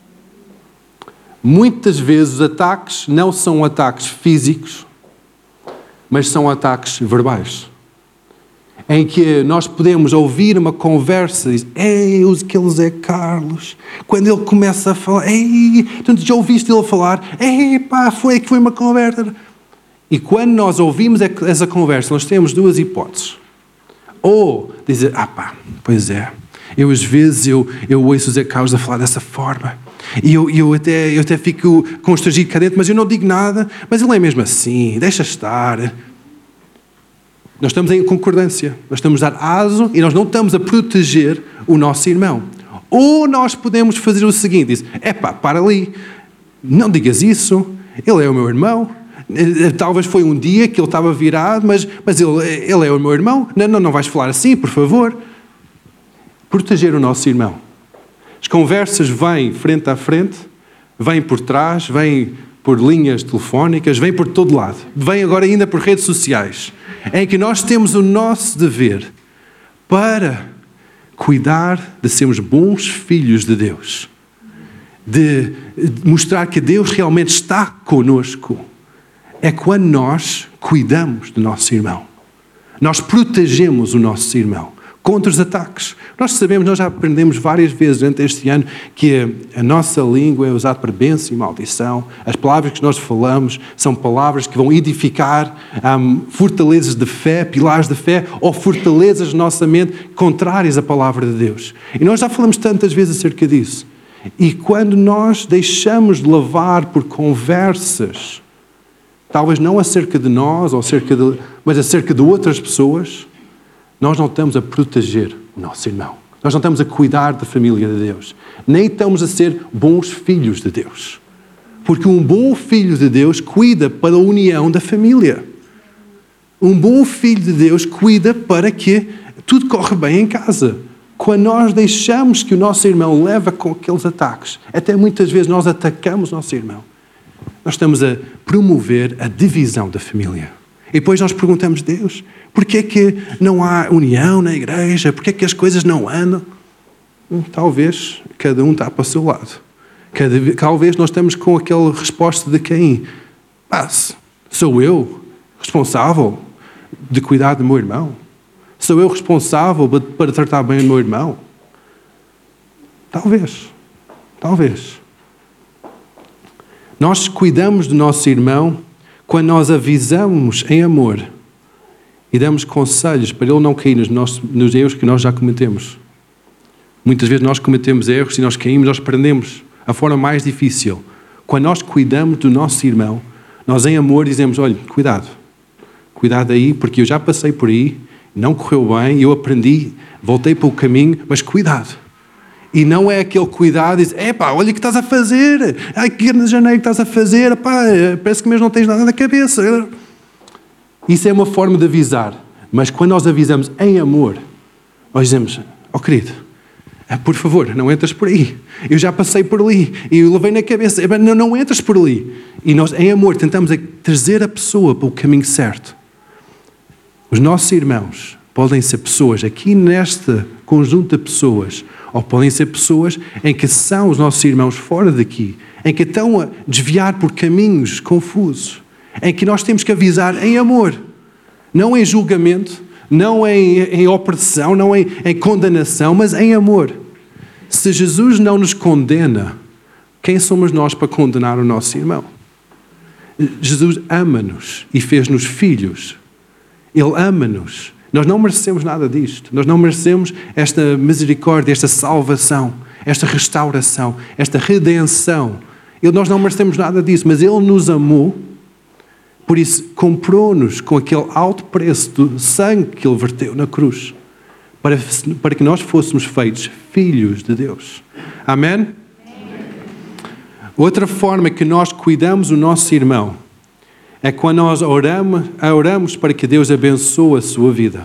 Muitas vezes os ataques não são ataques físicos, mas são ataques verbais. Em que nós podemos ouvir uma conversa e dizer, ei, aquele Zé Carlos, quando ele começa a falar, ei, portanto, já ouviste ele falar, ei, pá, foi que foi uma conversa. E quando nós ouvimos essa conversa, nós temos duas hipóteses. Ou dizer, ah pá, pois é, eu às vezes eu, eu ouço o Zé Carlos a falar dessa forma, e eu, eu, até, eu até fico constrangido cá dentro, mas eu não digo nada, mas ele é mesmo assim, deixa estar. Nós estamos em concordância, nós estamos a dar aso e nós não estamos a proteger o nosso irmão. Ou nós podemos fazer o seguinte, diz, epá, para ali, não digas isso, ele é o meu irmão, talvez foi um dia que ele estava virado, mas, mas ele, ele é o meu irmão, não, não, não vais falar assim, por favor. Proteger o nosso irmão. As conversas vêm frente a frente, vêm por trás, vêm por linhas telefónicas, vêm por todo lado. Vêm agora ainda por redes sociais, em que nós temos o nosso dever para cuidar de sermos bons filhos de Deus. De mostrar que Deus realmente está conosco. É quando nós cuidamos do nosso irmão. Nós protegemos o nosso irmão contra os ataques. Nós sabemos, nós já aprendemos várias vezes durante este ano que a, a nossa língua é usada para bênção e maldição. As palavras que nós falamos são palavras que vão edificar um, fortalezas de fé, pilares de fé, ou fortalezas da nossa mente contrárias à palavra de Deus. E nós já falamos tantas vezes acerca disso. E quando nós deixamos de levar por conversas, talvez não acerca de nós, ou acerca de, mas acerca de outras pessoas, nós não estamos a proteger o nosso irmão. Nós não estamos a cuidar da família de Deus. Nem estamos a ser bons filhos de Deus. Porque um bom filho de Deus cuida para a união da família. Um bom filho de Deus cuida para que tudo corra bem em casa. Quando nós deixamos que o nosso irmão leve com aqueles ataques, até muitas vezes nós atacamos o nosso irmão, nós estamos a promover a divisão da família. E depois nós perguntamos, Deus, porquê é que não há união na igreja? Porquê é que as coisas não andam? Hum, talvez cada um está para o seu lado. Cada, talvez nós estamos com aquela resposta de Caim. Ah, sou eu responsável de cuidar do meu irmão? Sou eu responsável para tratar bem o meu irmão? Talvez. Talvez. Nós cuidamos do nosso irmão quando nós avisamos em amor e damos conselhos para ele não cair nos, nossos, nos erros que nós já cometemos. Muitas vezes nós cometemos erros e nós caímos, nós aprendemos a forma mais difícil. Quando nós cuidamos do nosso irmão, nós em amor dizemos, olha, cuidado. Cuidado aí, porque eu já passei por aí, não correu bem, eu aprendi, voltei para o caminho, mas cuidado. E não é aquele cuidado e diz, epá, olha o que estás a fazer, ai que de janeiro que estás a fazer, epá, parece que mesmo não tens nada na cabeça. Isso é uma forma de avisar, mas quando nós avisamos em amor, nós dizemos, ó oh, querido, por favor, não entras por aí, eu já passei por ali, e eu levei na cabeça, não, não entras por ali. E nós, em amor, tentamos trazer a pessoa para o caminho certo. Os nossos irmãos podem ser pessoas, aqui neste conjunto de pessoas, ou podem ser pessoas em que são os nossos irmãos fora daqui, em que estão a desviar por caminhos confusos, em que nós temos que avisar em amor, não em julgamento, não em, em opressão, não em, em condenação, mas em amor. Se Jesus não nos condena, quem somos nós para condenar o nosso irmão? Jesus ama-nos e fez-nos filhos. Ele ama-nos. Nós não merecemos nada disto. Nós não merecemos esta misericórdia, esta salvação, esta restauração, esta redenção. Ele, nós não merecemos nada disso, mas Ele nos amou, por isso comprou-nos com aquele alto preço do sangue que Ele verteu na cruz, para, para que nós fôssemos feitos filhos de Deus. Amém? Amém? Outra forma que nós cuidamos o nosso irmão é quando nós oramos, oramos para que Deus abençoe a sua vida.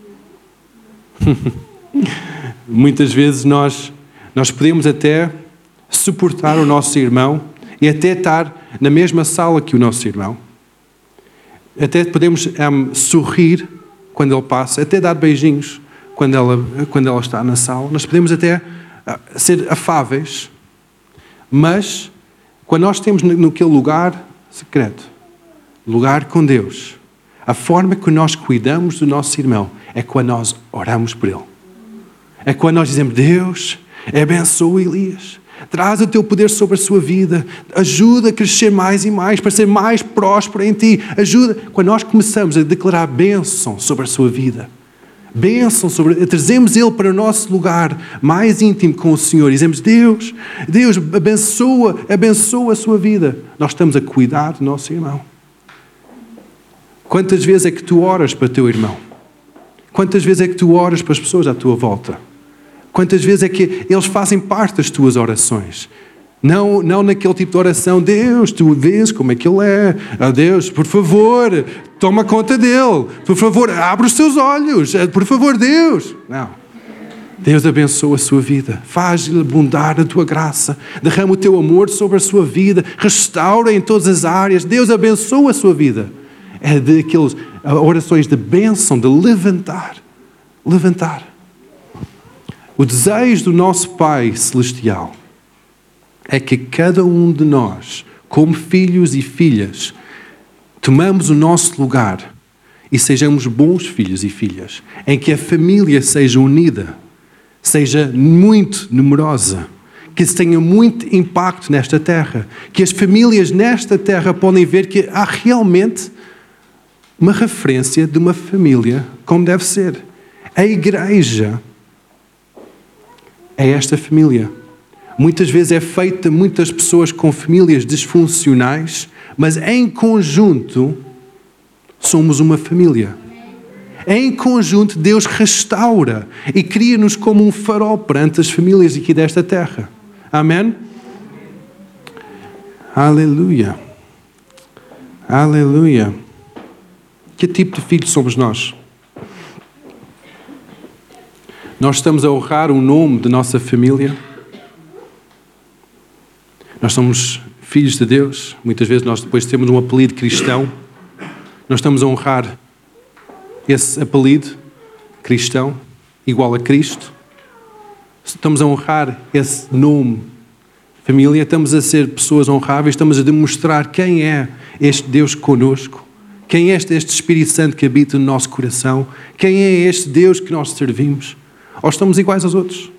Muitas vezes nós, nós podemos até suportar o nosso irmão e até estar na mesma sala que o nosso irmão. Até podemos um, sorrir quando ele passa, até dar beijinhos quando ela, quando ela está na sala. Nós podemos até uh, ser afáveis, mas quando nós temos naquele lugar secreto, lugar com Deus, a forma que nós cuidamos do nosso irmão é quando nós oramos por ele. É quando nós dizemos, Deus, abençoa Elias, traz o teu poder sobre a sua vida, ajuda a crescer mais e mais, para ser mais próspero em ti, ajuda. Quando nós começamos a declarar bênção sobre a sua vida, bênção sobre, trazemos ele para o nosso lugar mais íntimo com o Senhor, e dizemos, Deus, Deus, abençoa, abençoa a sua vida. Nós estamos a cuidar do nosso irmão. Quantas vezes é que tu oras para o teu irmão? Quantas vezes é que tu oras para as pessoas à tua volta? Quantas vezes é que eles fazem parte das tuas orações? Não, não naquele tipo de oração, Deus, tu vês como é que ele é. Oh, Deus, por favor, toma conta dele. Por favor, abre os teus olhos. Por favor, Deus. Não. Deus abençoa a sua vida. Faz-lhe abundar na tua graça. Derrama o teu amor sobre a sua vida. Restaura em todas as áreas. Deus abençoa a sua vida. É daquelas orações de bênção, de levantar. Levantar. O desejo do nosso Pai Celestial é que cada um de nós, como filhos e filhas, tomamos o nosso lugar e sejamos bons filhos e filhas, em que a família seja unida, seja muito numerosa, que tenha muito impacto nesta terra, que as famílias nesta terra podem ver que há realmente uma referência de uma família como deve ser. A igreja é esta família. Muitas vezes é feita muitas pessoas com famílias disfuncionais, mas em conjunto somos uma família. Em conjunto Deus restaura e cria-nos como um farol perante as famílias aqui desta terra. Amém? Aleluia. Aleluia. Que tipo de filhos somos nós? Nós estamos a honrar o nome de nossa família. Nós somos filhos de Deus. Muitas vezes nós depois temos um apelido cristão. Nós estamos a honrar esse apelido cristão, igual a Cristo. Estamos a honrar esse nome, família. Estamos a ser pessoas honráveis. Estamos a demonstrar quem é este Deus conosco. Quem é este, este Espírito Santo que habita no nosso coração. Quem é este Deus que nós servimos. Ou estamos iguais aos outros?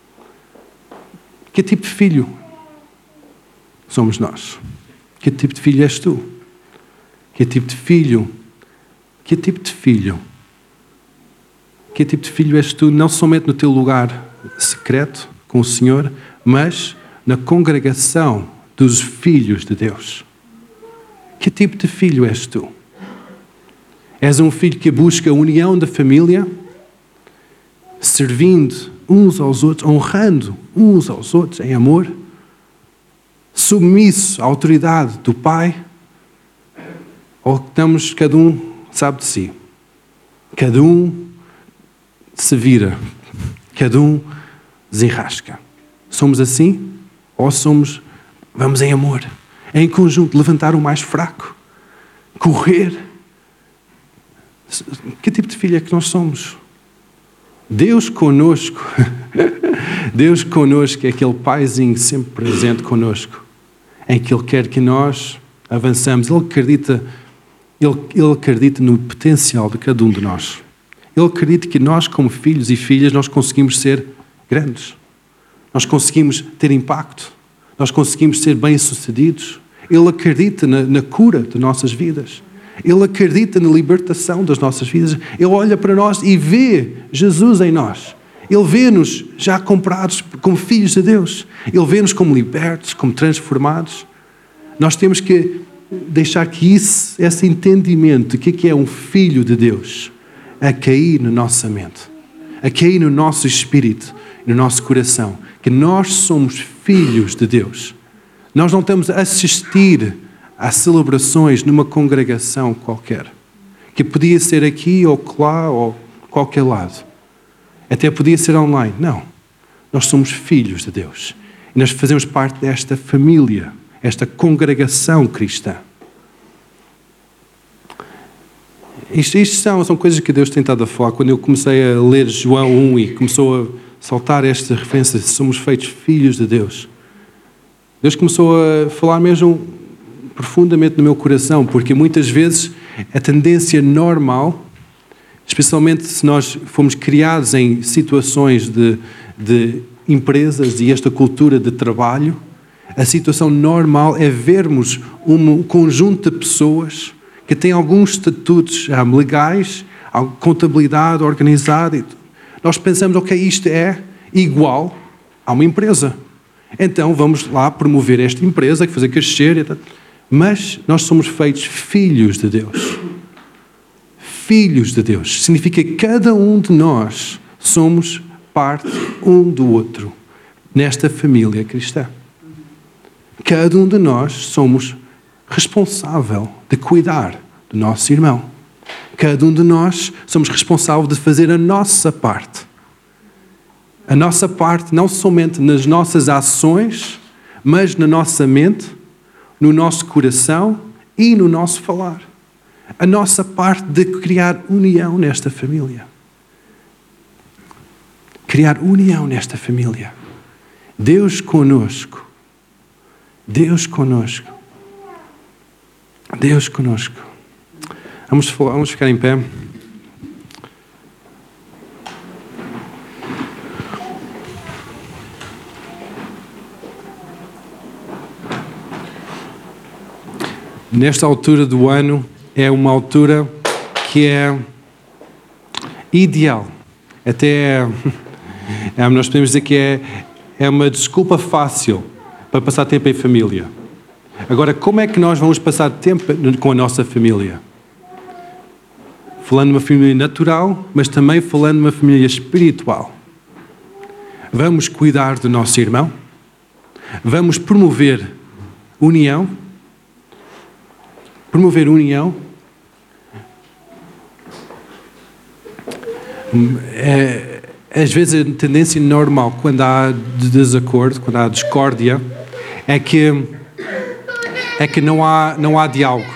Que tipo de filho somos nós? Que tipo de filho és tu? Que tipo de filho? Que tipo de filho? Que tipo de filho és tu? Não somente no teu lugar secreto com o Senhor, mas na congregação dos filhos de Deus. Que tipo de filho és tu? És um filho que busca a união da família, servindo uns aos outros, honrando uns aos outros em amor, submisso à autoridade do Pai, ou estamos, cada um sabe de si, cada um se vira, cada um desenrasca. Somos assim? Ou somos, vamos em amor, em conjunto, levantar o mais fraco, correr? Que tipo de filho é que nós somos? Deus conosco, Deus conosco é aquele paizinho sempre presente conosco, em que Ele quer que nós avançamos. Ele acredita, Ele, Ele acredita no potencial de cada um de nós. Ele acredita que nós, como filhos e filhas, nós conseguimos ser grandes. Nós conseguimos ter impacto. Nós conseguimos ser bem-sucedidos. Ele acredita na, na cura de nossas vidas. Ele acredita na libertação das nossas vidas. Ele olha para nós e vê Jesus em nós. Ele vê-nos já comprados como filhos de Deus. Ele vê-nos como libertos, como transformados. Nós temos que deixar que isso, esse entendimento de que é um filho de Deus a cair na nossa mente, a cair no nosso espírito, no nosso coração. Que nós somos filhos de Deus. Nós não estamos a assistir a celebrações numa congregação qualquer, que podia ser aqui ou lá ou qualquer lado. Até podia ser online. Não. Nós somos filhos de Deus. E nós fazemos parte desta família, esta congregação cristã. Isto, isto são, são coisas que Deus tem estado a falar. Quando eu comecei a ler João um e começou a saltar esta referência, somos feitos filhos de Deus. Deus começou a falar mesmo profundamente no meu coração, porque muitas vezes a tendência normal, especialmente se nós fomos criados em situações de, de empresas e esta cultura de trabalho, a situação normal é vermos um conjunto de pessoas que têm alguns estatutos um, legais, contabilidade organizada. E nós pensamos, ok, isto é igual a uma empresa. Então vamos lá promover esta empresa, fazer crescer e tal. Mas nós somos feitos filhos de Deus. Filhos de Deus. Significa que cada um de nós somos parte um do outro nesta família cristã. Cada um de nós somos responsável de cuidar do nosso irmão. Cada um de nós somos responsável de fazer a nossa parte. A nossa parte, não somente nas nossas ações, mas na nossa mente, no nosso coração e no nosso falar. A nossa parte de criar união nesta família. Criar união nesta família. Deus conosco. Deus conosco. Deus conosco. Vamos, vamos ficar em pé. Nesta altura do ano, é uma altura que é ideal. Até é, nós podemos dizer que é, é uma desculpa fácil para passar tempo em família. Agora, como é que nós vamos passar tempo com a nossa família? Falando de uma família natural, mas também falando de uma família espiritual. Vamos cuidar do nosso irmão? Vamos promover união? Promover união? É, às vezes a tendência normal, quando há desacordo, quando há discórdia, é que, é que não há, não há diálogo.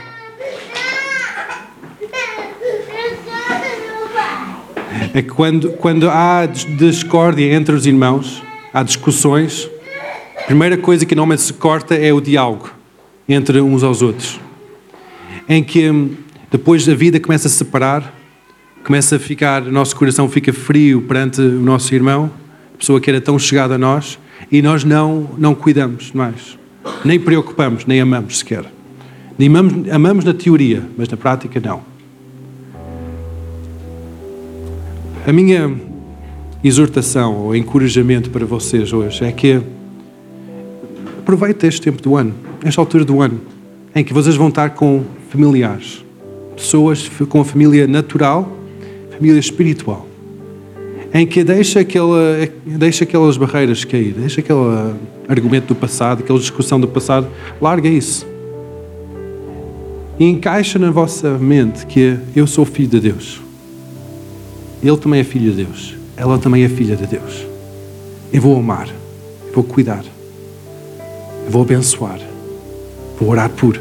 É que quando, quando há discórdia entre os irmãos, há discussões, a primeira coisa que normalmente se corta é o diálogo entre uns aos outros. Em que depois a vida começa a separar, começa a ficar, o nosso coração fica frio perante o nosso irmão, a pessoa que era tão chegada a nós, e nós não, não cuidamos mais, nem preocupamos, nem amamos sequer. Nem amamos, amamos na teoria, mas na prática não. A minha exortação ou encorajamento para vocês hoje é que aproveite este tempo do ano, esta altura do ano, em que vocês vão estar com familiares, pessoas com a família natural, família espiritual, em que deixa, aquela, deixa aquelas barreiras cair, deixa aquele argumento do passado, aquela discussão do passado, larga isso. E encaixa na vossa mente que eu sou filho de Deus. Ele também é filho de Deus. Ela também é filha de Deus. Eu vou amar, eu vou cuidar, eu vou abençoar, vou orar por.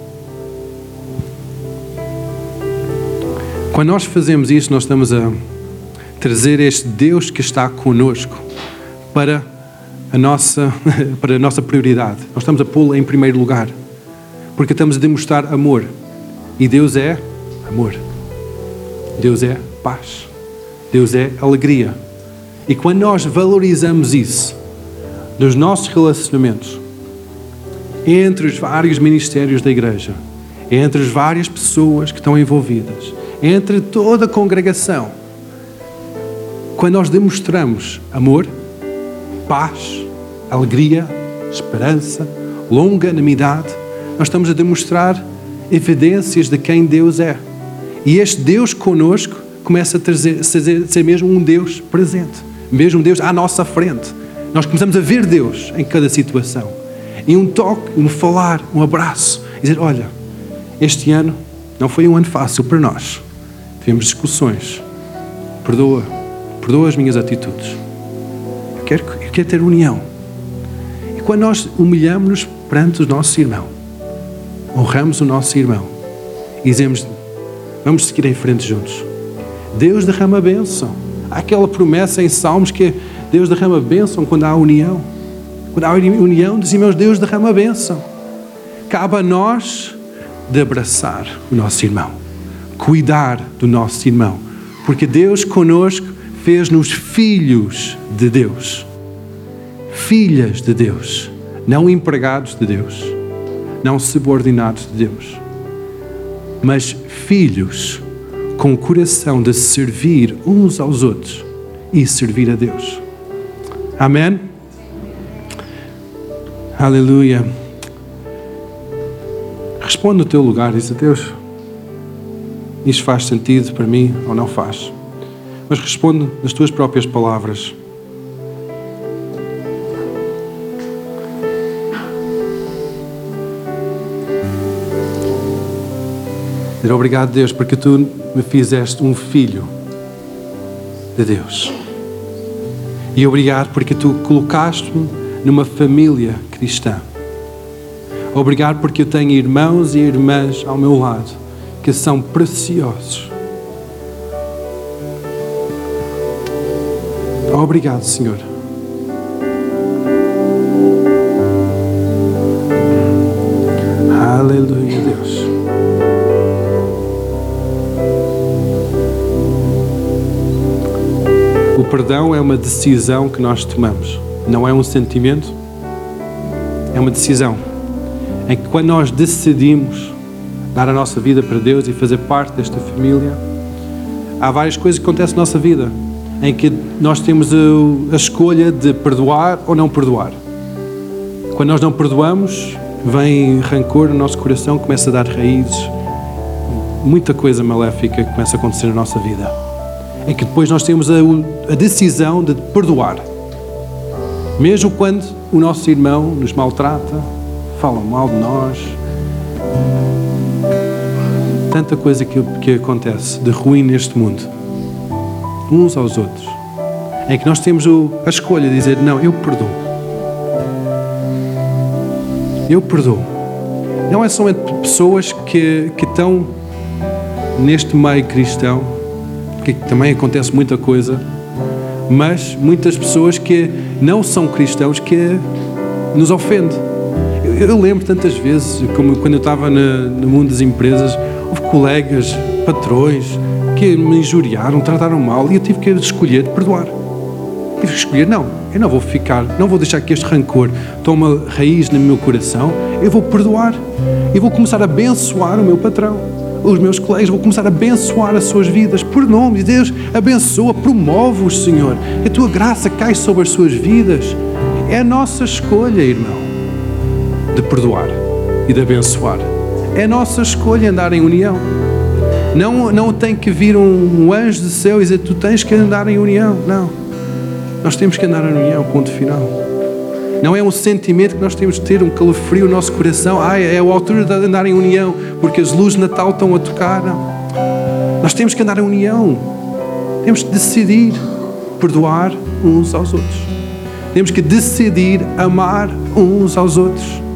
Quando nós fazemos isso, nós estamos a trazer este Deus que está conosco para a nossa, para a nossa prioridade. Nós estamos a pô-lo em primeiro lugar, porque estamos a demonstrar amor. E Deus é amor. Deus é paz. Deus é alegria. E quando nós valorizamos isso nos nossos relacionamentos, entre os vários ministérios da igreja, entre as várias pessoas que estão envolvidas, entre toda a congregação, quando nós demonstramos amor, paz, alegria, esperança, longanimidade, nós estamos a demonstrar evidências de quem Deus é. E este Deus conosco começa a trazer, a ser mesmo um Deus presente, mesmo um Deus à nossa frente. Nós começamos a ver Deus em cada situação. E um toque, um falar, um abraço, e dizer, olha, este ano não foi um ano fácil para nós. Tivemos discussões. Perdoa, perdoa as minhas atitudes. Eu quero, eu quero ter união. E quando nós humilhamos-nos perante o nosso irmão, honramos o nosso irmão e dizemos, vamos seguir em frente juntos. Deus derrama a bênção. Há aquela promessa em Salmos que Deus derrama a bênção quando há união. Quando há união, dizemos, Deus derrama a bênção. Cabe a nós de abraçar o nosso irmão, cuidar do nosso irmão, porque Deus conosco fez-nos filhos de Deus, filhas de Deus, não empregados de Deus, não subordinados de Deus, mas filhos com o coração de servir uns aos outros e servir a Deus. Amém? Aleluia. Responde no teu lugar, diz a Deus, isto faz sentido para mim ou não faz? Mas responde nas tuas próprias palavras. Dizer obrigado, Deus, porque tu me fizeste um filho de Deus. E obrigado porque Tu colocaste-me numa família cristã. Obrigado porque eu tenho irmãos e irmãs ao meu lado que são preciosos. Obrigado, Senhor. Aleluia, Deus. O perdão é uma decisão que nós tomamos. Não é um sentimento, é uma decisão. Em que quando nós decidimos dar a nossa vida para Deus e fazer parte desta família, há várias coisas que acontecem na nossa vida, em que nós temos a, a escolha de perdoar ou não perdoar. Quando nós não perdoamos, vem rancor no nosso coração, começa a dar raízes, muita coisa maléfica começa a acontecer na nossa vida. Em que depois nós temos a, a decisão de perdoar. Mesmo quando o nosso irmão nos maltrata, falam mal de nós. Tanta coisa que, que acontece de ruim neste mundo. Uns aos outros. É que nós temos o, a escolha de dizer, não, eu perdoo. Eu perdoo. Não é somente pessoas que, que estão neste meio cristão, que também acontece muita coisa, mas muitas pessoas que não são cristãos que nos ofendem. Eu, eu lembro tantas vezes, como quando eu estava na, no mundo das empresas, houve colegas, patrões, que me injuriaram, trataram mal, e eu tive que escolher perdoar. Tive que escolher, não, eu não vou ficar, não vou deixar que este rancor tome raiz no meu coração, eu vou perdoar. Eu vou começar a abençoar o meu patrão, os meus colegas, vou começar a abençoar as suas vidas, por nome de Deus, abençoa, promove-os, Senhor. A Tua graça cai sobre as suas vidas. É a nossa escolha, irmão, de perdoar e de abençoar. É a nossa escolha andar em união. Não, não tem que vir um, um anjo do céu e dizer, tu tens que andar em união. Não. Nós temos que andar em união, ponto final. Não é um sentimento que nós temos de ter, um calafrio no nosso coração. Ah, é a altura de andar em união, porque as luzes de Natal estão a tocar. Não. Nós temos que andar em união. Temos que decidir perdoar uns aos outros. Temos que decidir amar uns aos outros.